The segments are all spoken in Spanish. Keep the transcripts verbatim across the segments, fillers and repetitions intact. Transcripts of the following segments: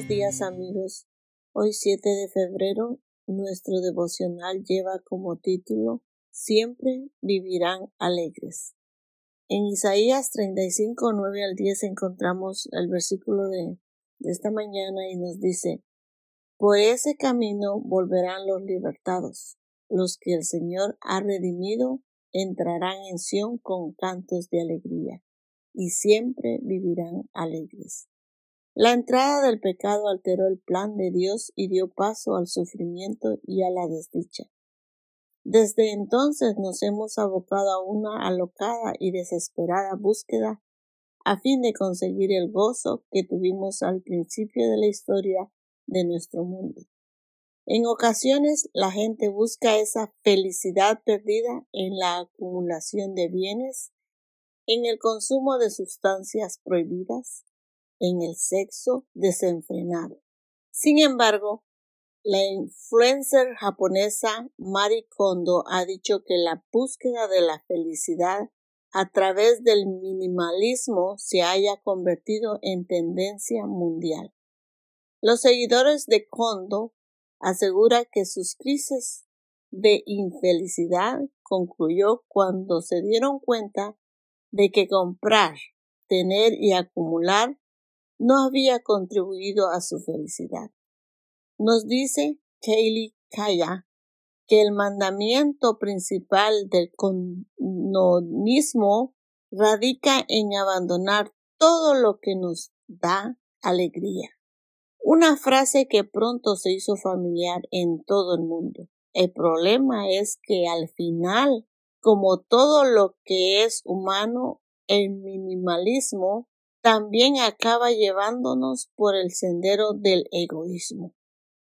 Buenos días amigos. Hoy siete de febrero, nuestro devocional lleva como título Siempre vivirán alegres. En Isaías treinta y cinco, nueve al diez encontramos el versículo de, de esta mañana y nos dice: Por ese camino volverán los libertados, los que el Señor ha redimido entrarán en Sión con cantos de alegría y siempre vivirán alegres. La entrada del pecado alteró el plan de Dios y dio paso al sufrimiento y a la desdicha. Desde entonces nos hemos abocado a una alocada y desesperada búsqueda a fin de conseguir el gozo que tuvimos al principio de la historia de nuestro mundo. En ocasiones la gente busca esa felicidad perdida en la acumulación de bienes, en el consumo de sustancias prohibidas, en el sexo desenfrenado. Sin embargo, la influencer japonesa Marie Kondo ha dicho que la búsqueda de la felicidad a través del minimalismo se haya convertido en tendencia mundial. Los seguidores de Kondo aseguran que sus crisis de infelicidad concluyó cuando se dieron cuenta de que comprar, tener y acumular no había contribuido a su felicidad. Nos dice Kaylee Kaya que el mandamiento principal del condonismo radica en abandonar todo lo que nos da alegría. Una frase que pronto se hizo familiar en todo el mundo. El problema es que al final, como todo lo que es humano, el minimalismo también acaba llevándonos por el sendero del egoísmo.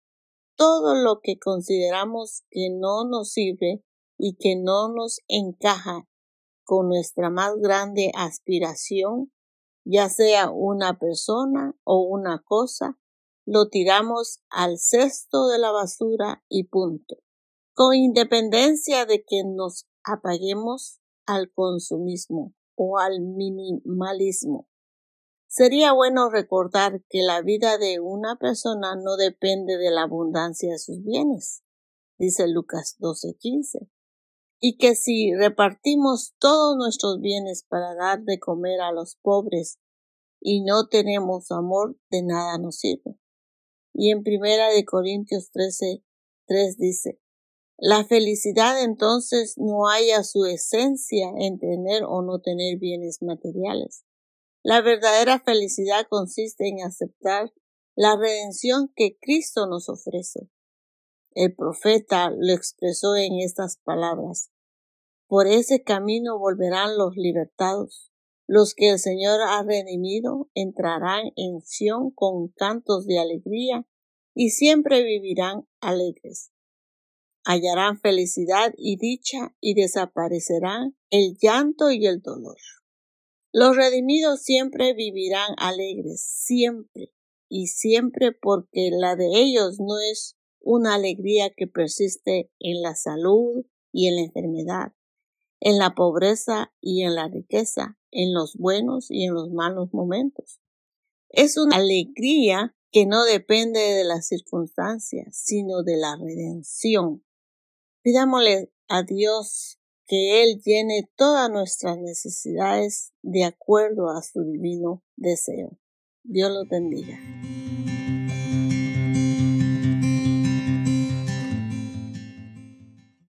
Todo lo que consideramos que no nos sirve y que no nos encaja con nuestra más grande aspiración, ya sea una persona o una cosa, lo tiramos al cesto de la basura y punto, con independencia de que nos apaguemos al consumismo o al minimalismo. Sería bueno recordar que la vida de una persona no depende de la abundancia de sus bienes, dice Lucas doce quince, y que si repartimos todos nuestros bienes para dar de comer a los pobres y no tenemos amor, de nada nos sirve. Y en Primera de Corintios trece tres dice: La felicidad entonces no halla su esencia en tener o no tener bienes materiales. La verdadera felicidad consiste en aceptar la redención que Cristo nos ofrece. El profeta lo expresó en estas palabras: Por ese camino volverán los libertados. Los que el Señor ha redimido entrarán en Sión con cantos de alegría y siempre vivirán alegres. Hallarán felicidad y dicha y desaparecerán el llanto y el dolor. Los redimidos siempre vivirán alegres, siempre y siempre, porque la de ellos no es una alegría que persiste en la salud y en la enfermedad, en la pobreza y en la riqueza, en los buenos y en los malos momentos. Es una alegría que no depende de las circunstancias, sino de la redención. Pidámosle a Dios que Él llene todas nuestras necesidades de acuerdo a su divino deseo. Dios los bendiga.